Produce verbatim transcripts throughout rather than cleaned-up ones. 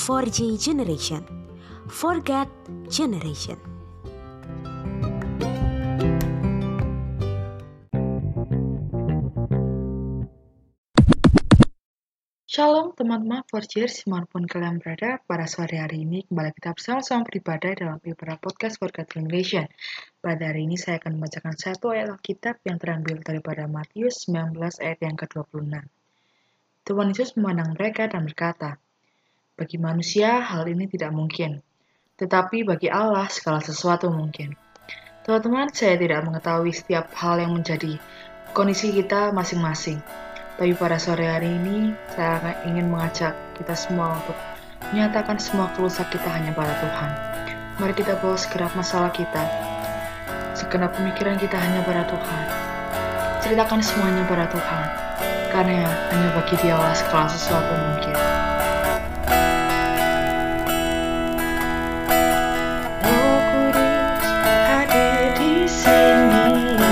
four G generation, forget generation. Shalom teman-teman four Gers, dimanapun kalian berada. Pada sore hari ini kembali kita bersama-sama beribadah dalam ibadah podcast Forget Generation. Pada hari ini saya akan membacakan satu ayat Alkitab yang terambil daripada Matius sembilan belas ayat yang ke dua puluh enam. Tuhan Yesus memandang mereka dan berkata, bagi manusia hal ini tidak mungkin, tetapi bagi Allah segala sesuatu mungkin. Teman-teman, saya tidak mengetahui setiap hal yang menjadi kondisi kita masing-masing. Tapi pada sore hari ini, saya ingin mengajak kita semua untuk menyatakan semua keluh kita hanya pada Tuhan. Mari kita bawa segenap masalah kita, segenap pemikiran kita hanya pada Tuhan. Ceritakan semuanya pada Tuhan, karena hanya bagi Dialah segala sesuatu mungkin. Roh Kudus hadir di sini.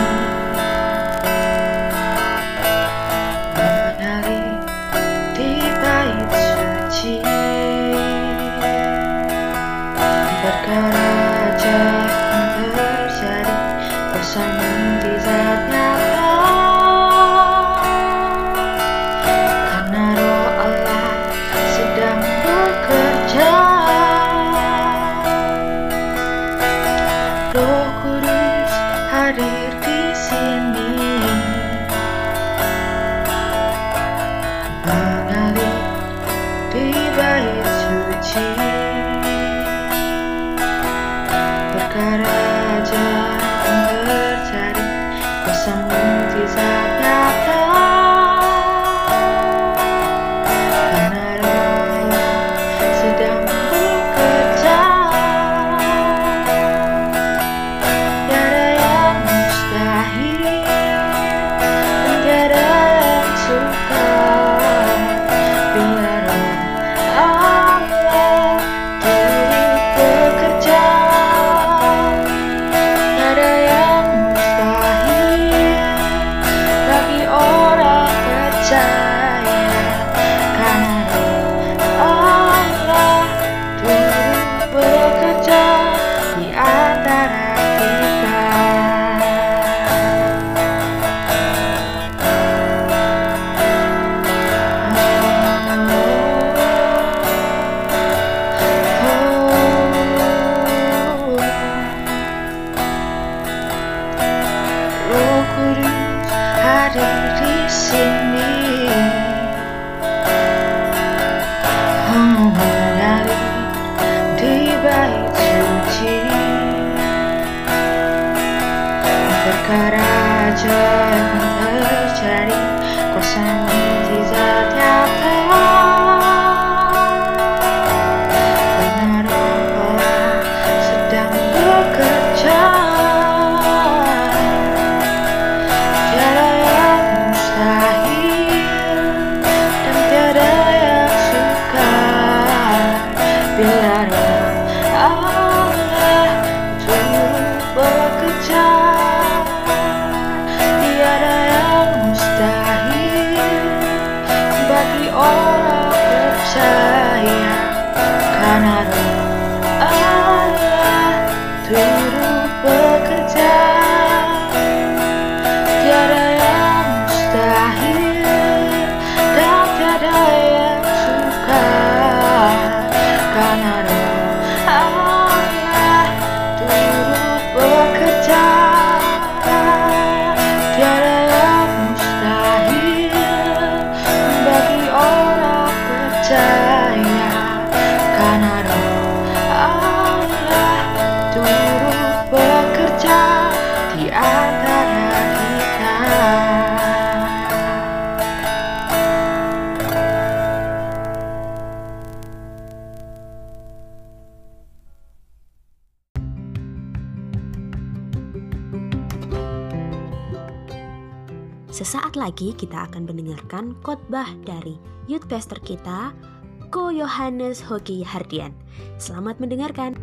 Sesaat lagi kita akan mendengarkan khotbah dari Youth Pastor kita, Ko Yohanes Hoki Hardian. Selamat mendengarkan.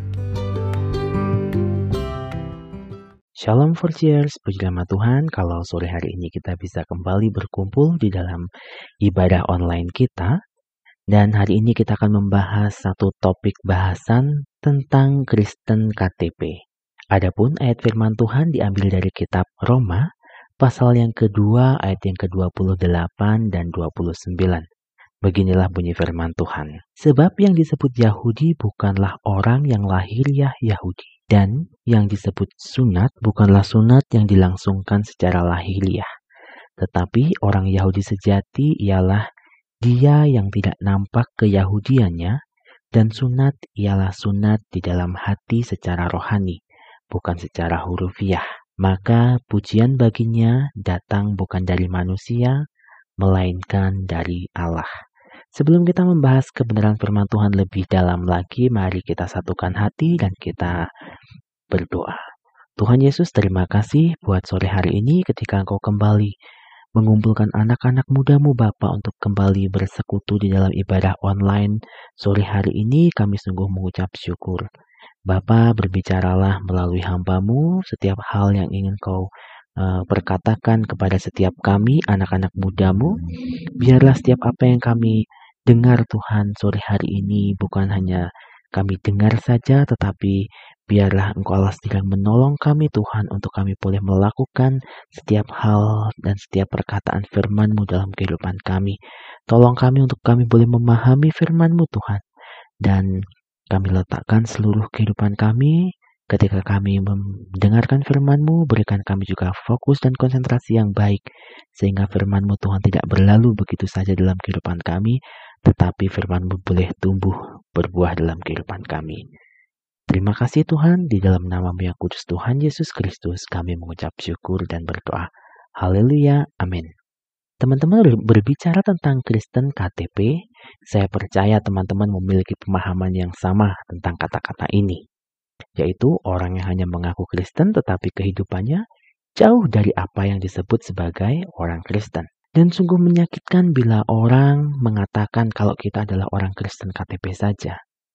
Shalom four Gers, puji nama Tuhan kalau sore hari ini kita bisa kembali berkumpul di dalam ibadah online kita. Dan hari ini kita akan membahas satu topik bahasan tentang Kristen K T P. Adapun ayat firman Tuhan diambil dari kitab Roma, pasal yang kedua ayat yang ke dua puluh delapan dan dua puluh sembilan. Beginilah bunyi firman Tuhan. Sebab yang disebut Yahudi bukanlah orang yang lahiriah Yahudi. Dan yang disebut sunat bukanlah sunat yang dilangsungkan secara lahiriah. Tetapi orang Yahudi sejati ialah dia yang tidak nampak keyahudiannya, dan sunat ialah sunat di dalam hati secara rohani, bukan secara hurufiah. Maka pujian baginya datang bukan dari manusia, melainkan dari Allah. Sebelum kita membahas kebenaran firman Tuhan lebih dalam lagi, mari kita satukan hati dan kita berdoa. Tuhan Yesus, terima kasih buat sore hari ini ketika Engkau kembali mengumpulkan anak-anak mudamu Bapa untuk kembali bersekutu di dalam ibadah online sore hari ini. Kami sungguh mengucap syukur. Bapa, berbicaralah melalui hamba-Mu setiap hal yang ingin Kau uh, perkatakan kepada setiap kami, anak-anak mudamu. Biarlah setiap apa yang kami dengar Tuhan sore hari ini bukan hanya kami dengar saja, tetapi biarlah Engkau Allah sedang menolong kami Tuhan untuk kami boleh melakukan setiap hal dan setiap perkataan firman-Mu dalam kehidupan kami. Tolong kami untuk kami boleh memahami firman-Mu Tuhan. Dan kami letakkan seluruh kehidupan kami ketika kami mendengarkan firman-Mu, berikan kami juga fokus dan konsentrasi yang baik. Sehingga firman-Mu Tuhan tidak berlalu begitu saja dalam kehidupan kami, tetapi firman-Mu boleh tumbuh berbuah dalam kehidupan kami. Terima kasih Tuhan, di dalam nama-Mu yang kudus Tuhan Yesus Kristus kami mengucap syukur dan berdoa. Haleluya, amin. Teman-teman berbicara tentang Kristen K T P, saya percaya teman-teman memiliki pemahaman yang sama tentang kata-kata ini, yaitu orang yang hanya mengaku Kristen tetapi kehidupannya jauh dari apa yang disebut sebagai orang Kristen. Dan sungguh menyakitkan bila orang mengatakan kalau kita adalah orang Kristen K T P saja.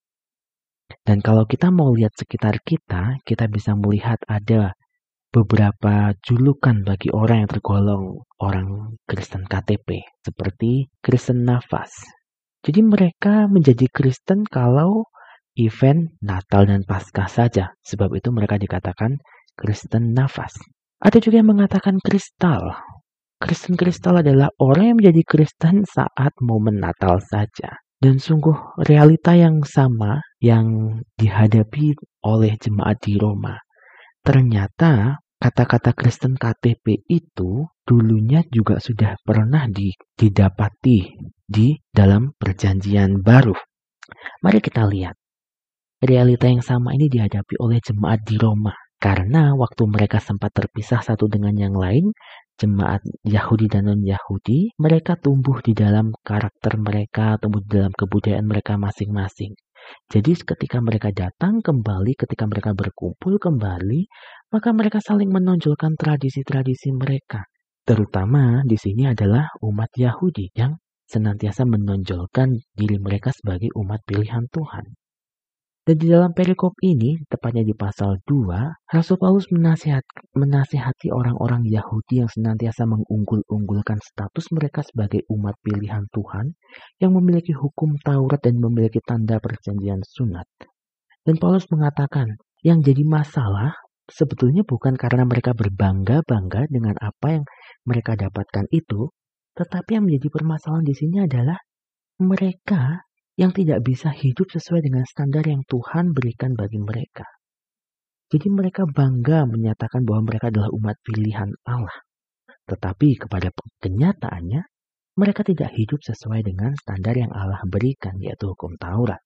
Dan kalau kita mau lihat sekitar kita, kita bisa melihat ada beberapa julukan bagi orang yang tergolong orang Kristen K T P, seperti Kristen Nafas. Jadi mereka menjadi Kristen kalau event Natal dan Paskah saja, sebab itu mereka dikatakan Kristen Nafas. Ada juga yang mengatakan kristal. Kristen kristal adalah orang yang menjadi Kristen saat momen Natal saja. Dan sungguh realita yang sama yang dihadapi oleh jemaat di Roma. Ternyata kata-kata Kristen K T P itu dulunya juga sudah pernah didapati di dalam Perjanjian Baru. Mari kita lihat. Realita yang sama ini dihadapi oleh jemaat di Roma. Karena waktu mereka sempat terpisah satu dengan yang lain, jemaat Yahudi dan non-Yahudi, mereka tumbuh di dalam karakter mereka, tumbuh di dalam kebudayaan mereka masing-masing. Jadi ketika mereka datang kembali, ketika mereka berkumpul kembali, maka mereka saling menonjolkan tradisi-tradisi mereka. Terutama di sini adalah umat Yahudi yang senantiasa menonjolkan diri mereka sebagai umat pilihan Tuhan. Dan di dalam perikop ini, tepatnya di pasal dua, Rasul Paulus menasihat, menasihati orang-orang Yahudi yang senantiasa mengunggul-unggulkan status mereka sebagai umat pilihan Tuhan yang memiliki hukum Taurat dan memiliki tanda perjanjian sunat. Dan Paulus mengatakan, yang jadi masalah sebetulnya bukan karena mereka berbangga-bangga dengan apa yang mereka dapatkan itu, tetapi yang menjadi permasalahan di sini adalah mereka yang tidak bisa hidup sesuai dengan standar yang Tuhan berikan bagi mereka. Jadi mereka bangga menyatakan bahwa mereka adalah umat pilihan Allah. Tetapi kepada kenyataannya, mereka tidak hidup sesuai dengan standar yang Allah berikan, yaitu hukum Taurat.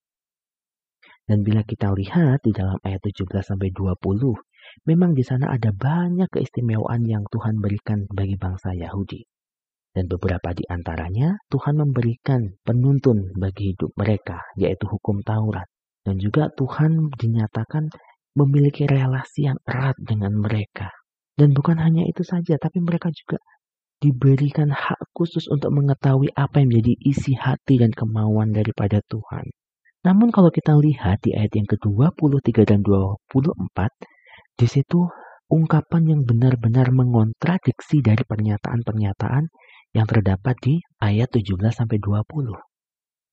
Dan bila kita lihat di dalam ayat tujuh belas sampai dua puluh, memang di sana ada banyak keistimewaan yang Tuhan berikan bagi bangsa Yahudi. Dan beberapa di antaranya Tuhan memberikan penuntun bagi hidup mereka, yaitu hukum Taurat. Dan juga Tuhan dinyatakan memiliki relasi yang erat dengan mereka. Dan bukan hanya itu saja, tapi mereka juga diberikan hak khusus untuk mengetahui apa yang menjadi isi hati dan kemauan daripada Tuhan. Namun kalau kita lihat di ayat yang ke dua puluh tiga dan dua puluh empat, di situ ungkapan yang benar-benar mengontradiksi dari pernyataan-pernyataan yang terdapat di ayat tujuh belas sampai dua puluh.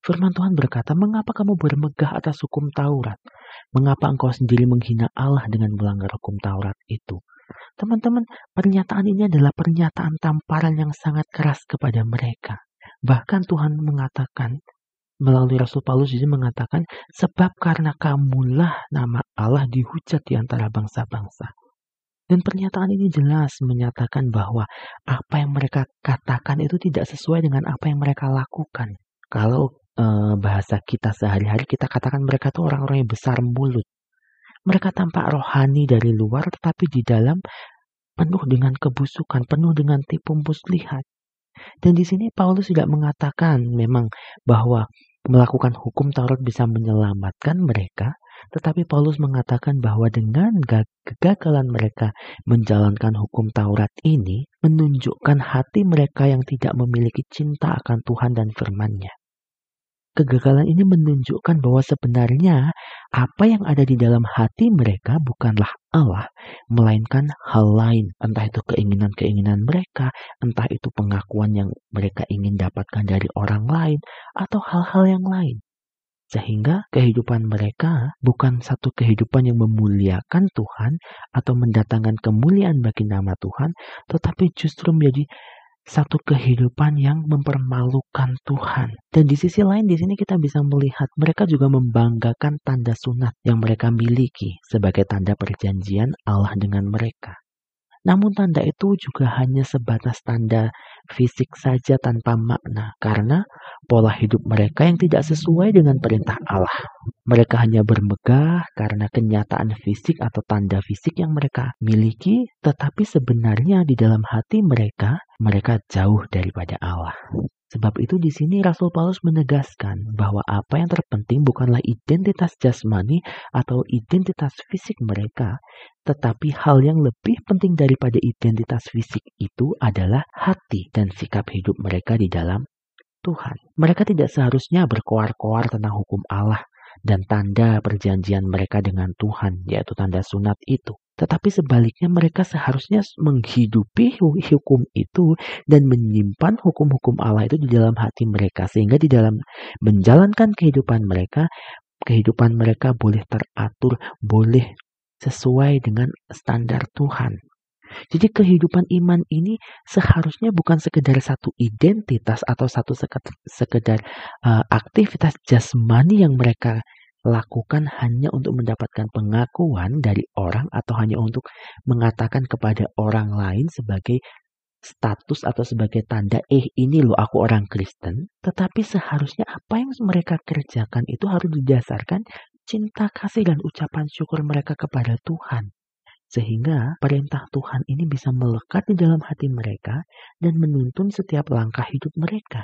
Firman Tuhan berkata, "Mengapa kamu bermegah atas hukum Taurat? Mengapa engkau sendiri menghina Allah dengan melanggar hukum Taurat itu?" Teman-teman, pernyataan ini adalah pernyataan tamparan yang sangat keras kepada mereka. Bahkan Tuhan mengatakan, melalui Rasul Paulus ini mengatakan, "Sebab karena kamulah nama Allah dihujat di antara bangsa-bangsa." Dan pernyataan ini jelas menyatakan bahwa apa yang mereka katakan itu tidak sesuai dengan apa yang mereka lakukan. Kalau eh, bahasa kita sehari-hari, kita katakan mereka itu orang-orang yang besar mulut. Mereka tampak rohani dari luar, tetapi di dalam penuh dengan kebusukan, penuh dengan tipu muslihat. Dan di sini Paulus tidak mengatakan memang bahwa melakukan hukum Taurat bisa menyelamatkan mereka, tetapi Paulus mengatakan bahwa dengan kegagalan mereka menjalankan hukum Taurat ini menunjukkan hati mereka yang tidak memiliki cinta akan Tuhan dan firman-Nya. Kegagalan ini menunjukkan bahwa sebenarnya apa yang ada di dalam hati mereka bukanlah Allah, melainkan hal lain. Entah itu keinginan-keinginan mereka, entah itu pengakuan yang mereka ingin dapatkan dari orang lain, atau hal-hal yang lain. Sehingga kehidupan mereka bukan satu kehidupan yang memuliakan Tuhan atau mendatangkan kemuliaan bagi nama Tuhan, tetapi justru menjadi satu kehidupan yang mempermalukan Tuhan. Dan di sisi lain di sini kita bisa melihat mereka juga membanggakan tanda sunat yang mereka miliki sebagai tanda perjanjian Allah dengan mereka. Namun tanda itu juga hanya sebatas tanda fisik saja tanpa makna, karena pola hidup mereka yang tidak sesuai dengan perintah Allah. Mereka hanya bermegah karena kenyataan fisik atau tanda fisik yang mereka miliki, tetapi sebenarnya di dalam hati mereka, mereka jauh daripada Allah. Sebab itu di sini Rasul Paulus menegaskan bahwa apa yang terpenting bukanlah identitas jasmani atau identitas fisik mereka, tetapi hal yang lebih penting daripada identitas fisik itu adalah hati dan sikap hidup mereka di dalam Tuhan. Mereka tidak seharusnya berkoar-koar tentang hukum Allah dan tanda perjanjian mereka dengan Tuhan, yaitu tanda sunat itu. Tetapi sebaliknya mereka seharusnya menghidupi hukum itu dan menyimpan hukum-hukum Allah itu di dalam hati mereka. Sehingga di dalam menjalankan kehidupan mereka, kehidupan mereka boleh teratur, boleh sesuai dengan standar Tuhan. Jadi kehidupan iman ini seharusnya bukan sekedar satu identitas atau satu sekedar uh, aktivitas jasmani yang mereka lakukan hanya untuk mendapatkan pengakuan dari orang atau hanya untuk mengatakan kepada orang lain sebagai status atau sebagai tanda, eh ini loh aku orang Kristen. Tetapi seharusnya apa yang mereka kerjakan itu harus didasarkan cinta kasih dan ucapan syukur mereka kepada Tuhan. Sehingga perintah Tuhan ini bisa melekat di dalam hati mereka dan menuntun setiap langkah hidup mereka.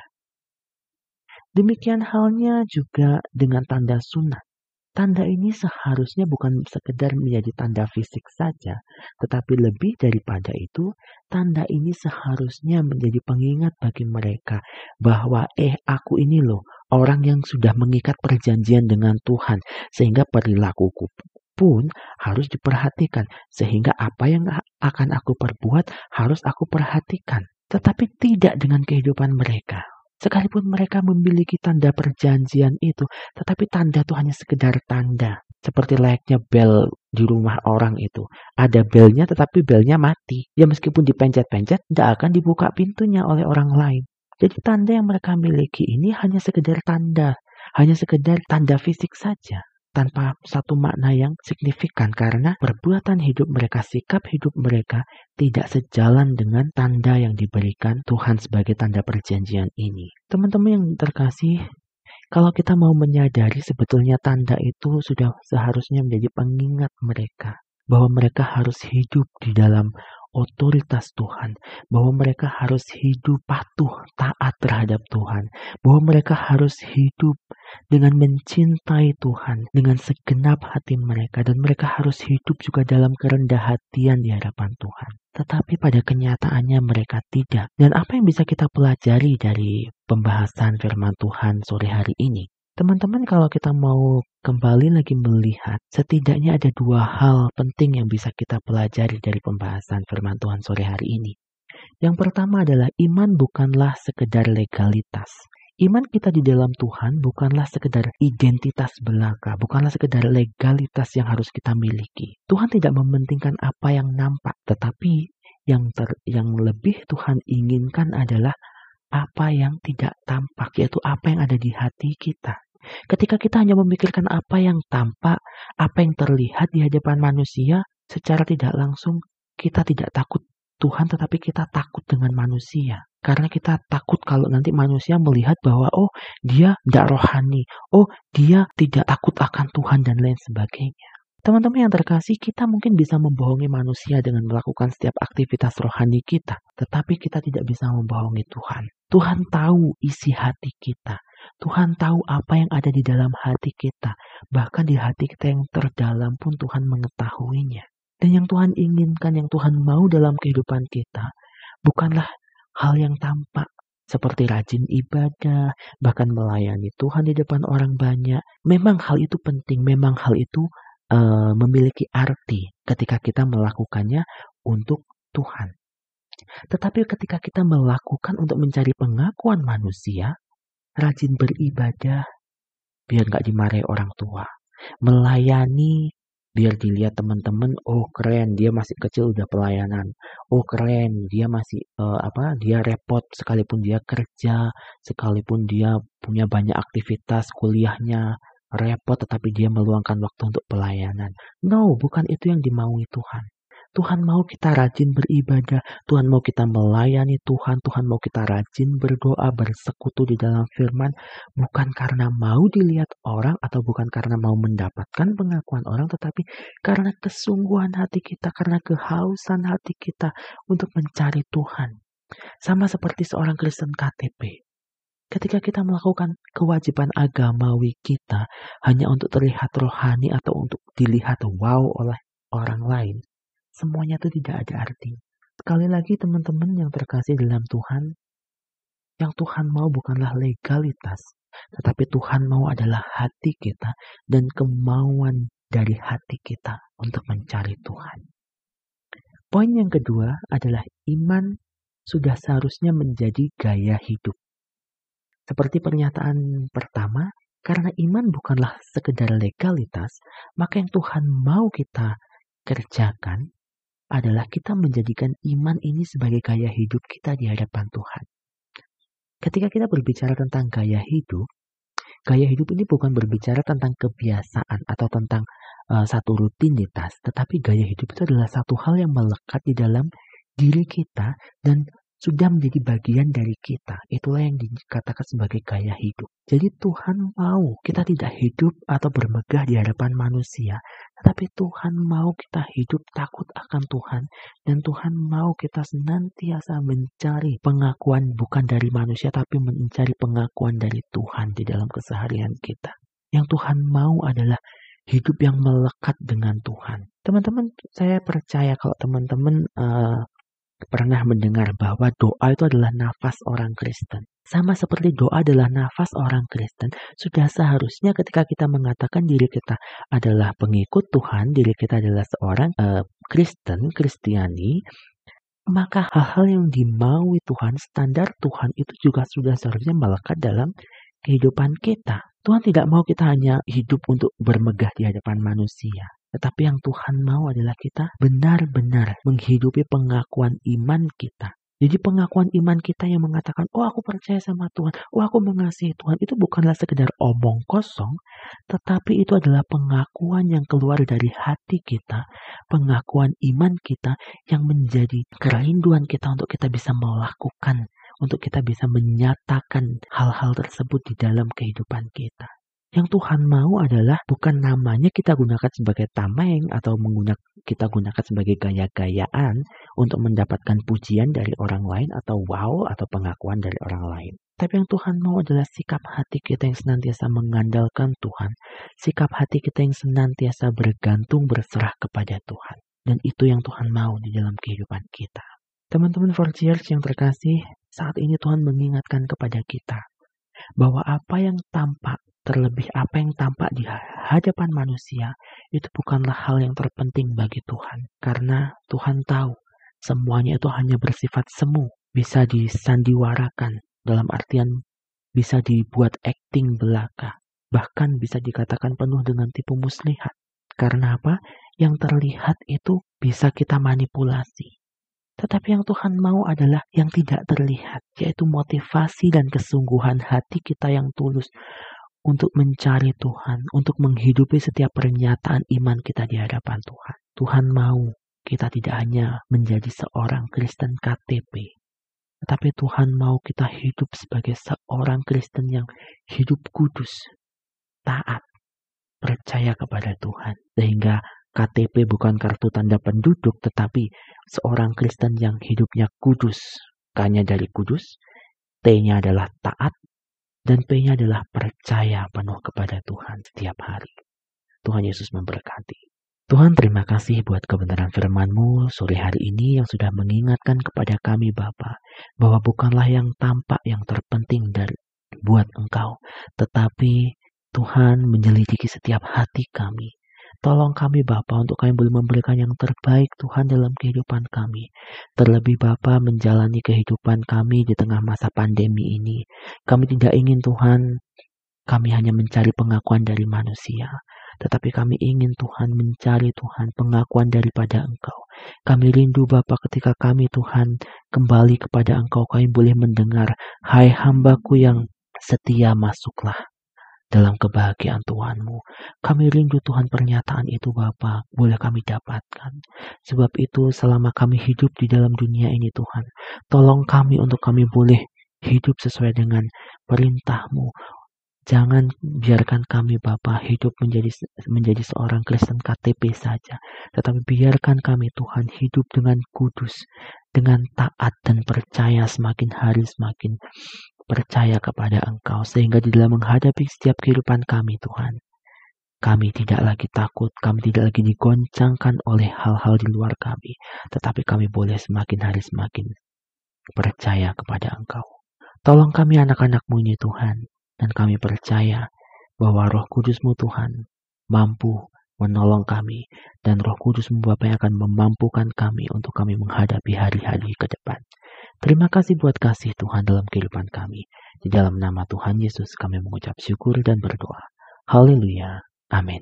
Demikian halnya juga dengan tanda sunat. Tanda ini seharusnya bukan sekedar menjadi tanda fisik saja, tetapi lebih daripada itu, tanda ini seharusnya menjadi pengingat bagi mereka bahwa eh aku ini loh orang yang sudah mengikat perjanjian dengan Tuhan, sehingga perilakuku pun harus diperhatikan, sehingga apa yang akan aku perbuat harus aku perhatikan, tetapi tidak dengan kehidupan mereka. Sekalipun mereka memiliki tanda perjanjian itu, tetapi tanda itu hanya sekedar tanda. Seperti layaknya bel di rumah orang itu. Ada belnya tetapi belnya mati. Ya meskipun dipencet-pencet, tidak akan dibuka pintunya oleh orang lain. Jadi tanda yang mereka miliki ini hanya sekedar tanda. Hanya sekedar tanda fisik saja. Tanpa satu makna yang signifikan karena perbuatan hidup mereka, sikap hidup mereka tidak sejalan dengan tanda yang diberikan Tuhan sebagai tanda perjanjian ini. Teman-teman yang terkasih, kalau kita mau menyadari sebetulnya tanda itu sudah seharusnya menjadi pengingat mereka bahwa mereka harus hidup di dalam otoritas Tuhan, bahwa mereka harus hidup patuh, taat terhadap Tuhan, bahwa mereka harus hidup dengan mencintai Tuhan dengan segenap hati mereka, dan mereka harus hidup juga dalam kerendah hatian di hadapan Tuhan. Tetapi pada kenyataannya mereka tidak. Dan apa yang bisa kita pelajari dari pembahasan firman Tuhan sore hari ini? Teman-teman, kalau kita mau kembali lagi melihat, setidaknya ada dua hal penting yang bisa kita pelajari dari pembahasan firman Tuhan sore hari ini. Yang pertama adalah iman bukanlah sekedar legalitas. Iman kita di dalam Tuhan bukanlah sekedar identitas belaka, bukanlah sekedar legalitas yang harus kita miliki. Tuhan tidak mementingkan apa yang nampak, tetapi yang ter, yang lebih Tuhan inginkan adalah apa yang tidak tampak, yaitu apa yang ada di hati kita. Ketika kita hanya memikirkan apa yang tampak, apa yang terlihat di hadapan manusia, secara tidak langsung kita tidak takut Tuhan, tetapi kita takut dengan manusia. Karena kita takut kalau nanti manusia melihat bahwa oh dia tidak rohani, oh dia tidak takut akan Tuhan dan lain sebagainya. Teman-teman yang terkasih, kita mungkin bisa membohongi manusia dengan melakukan setiap aktivitas rohani kita. Tetapi kita tidak bisa membohongi Tuhan. Tuhan tahu isi hati kita. Tuhan tahu apa yang ada di dalam hati kita. Bahkan di hati kita yang terdalam pun Tuhan mengetahuinya. Dan yang Tuhan inginkan, yang Tuhan mau dalam kehidupan kita, bukanlah hal yang tampak seperti rajin ibadah, bahkan melayani Tuhan di depan orang banyak. Memang hal itu penting, memang hal itu uh, memiliki arti ketika kita melakukannya untuk Tuhan. Tetapi ketika kita melakukan untuk mencari pengakuan manusia, rajin beribadah biar gak dimarahi orang tua, melayani biar dilihat teman-teman, oh keren dia masih kecil udah pelayanan, oh keren dia masih uh, apa dia repot sekalipun dia kerja, sekalipun dia punya banyak aktivitas kuliahnya repot, tetapi dia meluangkan waktu untuk pelayanan. No, bukan itu yang dimaui Tuhan. Tuhan mau kita rajin beribadah, Tuhan mau kita melayani Tuhan, Tuhan mau kita rajin berdoa, bersekutu di dalam firman, bukan karena mau dilihat orang atau bukan karena mau mendapatkan pengakuan orang, tetapi karena kesungguhan hati kita, karena kehausan hati kita untuk mencari Tuhan. Sama seperti seorang Kristen K T P. Ketika kita melakukan kewajiban agamawi kita hanya untuk terlihat rohani atau untuk dilihat wow oleh orang lain, semuanya itu tidak ada arti. Sekali lagi teman-teman yang terkasih dalam Tuhan, yang Tuhan mau bukanlah legalitas, tetapi Tuhan mau adalah hati kita dan kemauan dari hati kita untuk mencari Tuhan. Poin yang kedua adalah iman sudah seharusnya menjadi gaya hidup. Seperti pernyataan pertama, karena iman bukanlah sekedar legalitas, maka yang Tuhan mau kita kerjakan adalah kita menjadikan iman ini sebagai gaya hidup kita di hadapan Tuhan. Ketika kita berbicara tentang gaya hidup, gaya hidup ini bukan berbicara tentang kebiasaan atau tentang uh, satu rutinitas, tetapi gaya hidup itu adalah satu hal yang melekat di dalam diri kita dan sudah menjadi bagian dari kita. Itulah yang dikatakan sebagai gaya hidup. Jadi Tuhan mau kita tidak hidup atau bermegah di hadapan manusia, tetapi Tuhan mau kita hidup takut akan Tuhan, dan Tuhan mau kita senantiasa mencari pengakuan bukan dari manusia, tapi mencari pengakuan dari Tuhan di dalam keseharian kita. Yang Tuhan mau adalah hidup yang melekat dengan Tuhan. Teman-teman, saya percaya kalau teman-teman uh, pernah mendengar bahwa doa itu adalah nafas orang Kristen. Sama seperti doa adalah nafas orang Kristen, sudah seharusnya ketika kita mengatakan diri kita adalah pengikut Tuhan, diri kita adalah seorang uh, Kristen, Kristiani, maka hal-hal yang dimaui Tuhan, standar Tuhan itu juga sudah seharusnya melekat dalam kehidupan kita. Tuhan tidak mau kita hanya hidup untuk bermegah di hadapan manusia. Tetapi yang Tuhan mau adalah kita benar-benar menghidupi pengakuan iman kita. Jadi pengakuan iman kita yang mengatakan, oh aku percaya sama Tuhan, oh aku mengasihi Tuhan, itu bukanlah sekedar omong kosong, tetapi itu adalah pengakuan yang keluar dari hati kita, pengakuan iman kita yang menjadi kerinduan kita untuk kita bisa melakukan, untuk kita bisa menyatakan hal-hal tersebut di dalam kehidupan kita. Yang Tuhan mau adalah bukan namanya kita gunakan sebagai tameng atau menggunakan kita gunakan sebagai gaya-gayaan untuk mendapatkan pujian dari orang lain atau wow atau pengakuan dari orang lain. Tapi yang Tuhan mau adalah sikap hati kita yang senantiasa mengandalkan Tuhan, sikap hati kita yang senantiasa bergantung berserah kepada Tuhan. Dan itu yang Tuhan mau di dalam kehidupan kita. Teman-teman For Cheers yang terkasih, saat ini Tuhan mengingatkan kepada kita bahwa apa yang tampak, terlebih apa yang tampak di hadapan manusia, itu bukanlah hal yang terpenting bagi Tuhan. Karena Tuhan tahu semuanya itu hanya bersifat semu, bisa disandiwarakan dalam artian bisa dibuat acting belaka, bahkan bisa dikatakan penuh dengan tipu muslihat. Karena apa? Yang terlihat itu bisa kita manipulasi. Tetapi yang Tuhan mau adalah yang tidak terlihat, yaitu motivasi dan kesungguhan hati kita yang tulus untuk mencari Tuhan, untuk menghidupi setiap pernyataan iman kita di hadapan Tuhan. Tuhan mau kita tidak hanya menjadi seorang Kristen K T P, tetapi Tuhan mau kita hidup sebagai seorang Kristen yang hidup kudus, taat, percaya kepada Tuhan. Sehingga K T P bukan kartu tanda penduduk, tetapi seorang Kristen yang hidupnya kudus. K-nya dari kudus, T-nya adalah taat, dan P-nya adalah percaya penuh kepada Tuhan setiap hari. Tuhan Yesus memberkati. Tuhan, terima kasih buat kebenaran firman-Mu sore hari ini yang sudah mengingatkan kepada kami Bapa, bahwa bukanlah yang tampak yang terpenting dari buat Engkau, tetapi Tuhan menyelidiki setiap hati kami. Tolong kami Bapa untuk kami boleh memberikan yang terbaik Tuhan dalam kehidupan kami. Terlebih Bapa menjalani kehidupan kami di tengah masa pandemi ini. Kami tidak ingin Tuhan, kami hanya mencari pengakuan dari manusia. Tetapi kami ingin Tuhan mencari Tuhan pengakuan daripada Engkau. Kami rindu Bapa ketika kami Tuhan kembali kepada Engkau, kami boleh mendengar, hai hambaku yang setia, masuklah dalam kebahagiaan Tuhan-Mu. Kami rindu Tuhan pernyataan itu Bapa, boleh kami dapatkan. Sebab itu selama kami hidup di dalam dunia ini Tuhan, tolong kami untuk kami boleh hidup sesuai dengan perintah-Mu. Jangan biarkan kami Bapa hidup menjadi menjadi seorang Kristen K T P saja, tetapi biarkan kami Tuhan hidup dengan kudus, dengan taat dan percaya, semakin hari semakin percaya kepada Engkau, sehingga di dalam menghadapi setiap kehidupan kami Tuhan, kami tidak lagi takut, kami tidak lagi digoncangkan oleh hal-hal di luar kami, tetapi kami boleh semakin hari semakin percaya kepada Engkau. Tolong kami anak-anak-Mu ini Tuhan, dan kami percaya bahwa Roh Kudus-Mu Tuhan mampu menolong kami, dan Roh Kudus-Mu Bapa yang akan memampukan kami untuk kami menghadapi hari-hari ke depan. Terima kasih buat kasih Tuhan dalam kehidupan kami. Di dalam nama Tuhan Yesus kami mengucap syukur dan berdoa. Haleluya. Amin.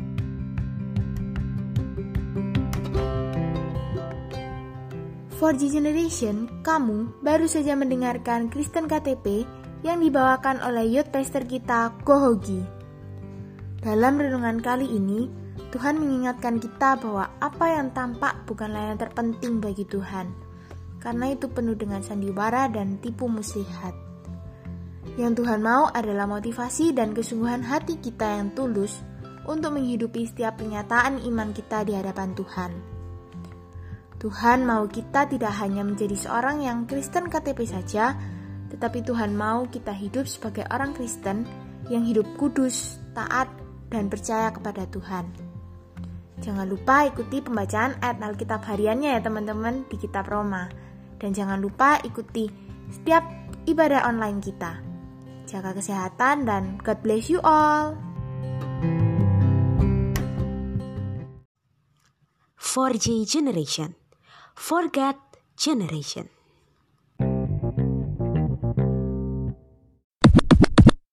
For G Generation, kamu baru saja mendengarkan Kristen K T P yang dibawakan oleh youth pastor kita, Ko Hogi. Dalam renungan kali ini, Tuhan mengingatkan kita bahwa apa yang tampak bukanlah yang terpenting bagi Tuhan, karena itu penuh dengan sandiwara dan tipu muslihat. Yang Tuhan mau adalah motivasi dan kesungguhan hati kita yang tulus untuk menghidupi setiap pernyataan iman kita di hadapan Tuhan. Tuhan mau kita tidak hanya menjadi seorang yang Kristen K T P saja, tetapi Tuhan mau kita hidup sebagai orang Kristen yang hidup kudus, taat, dan percaya kepada Tuhan. Jangan lupa ikuti pembacaan ayat Alkitab hariannya ya teman-teman di Kitab Roma. Dan jangan lupa ikuti setiap ibadah online kita. Jaga kesehatan dan God bless you all. four G Generation, For God Generation.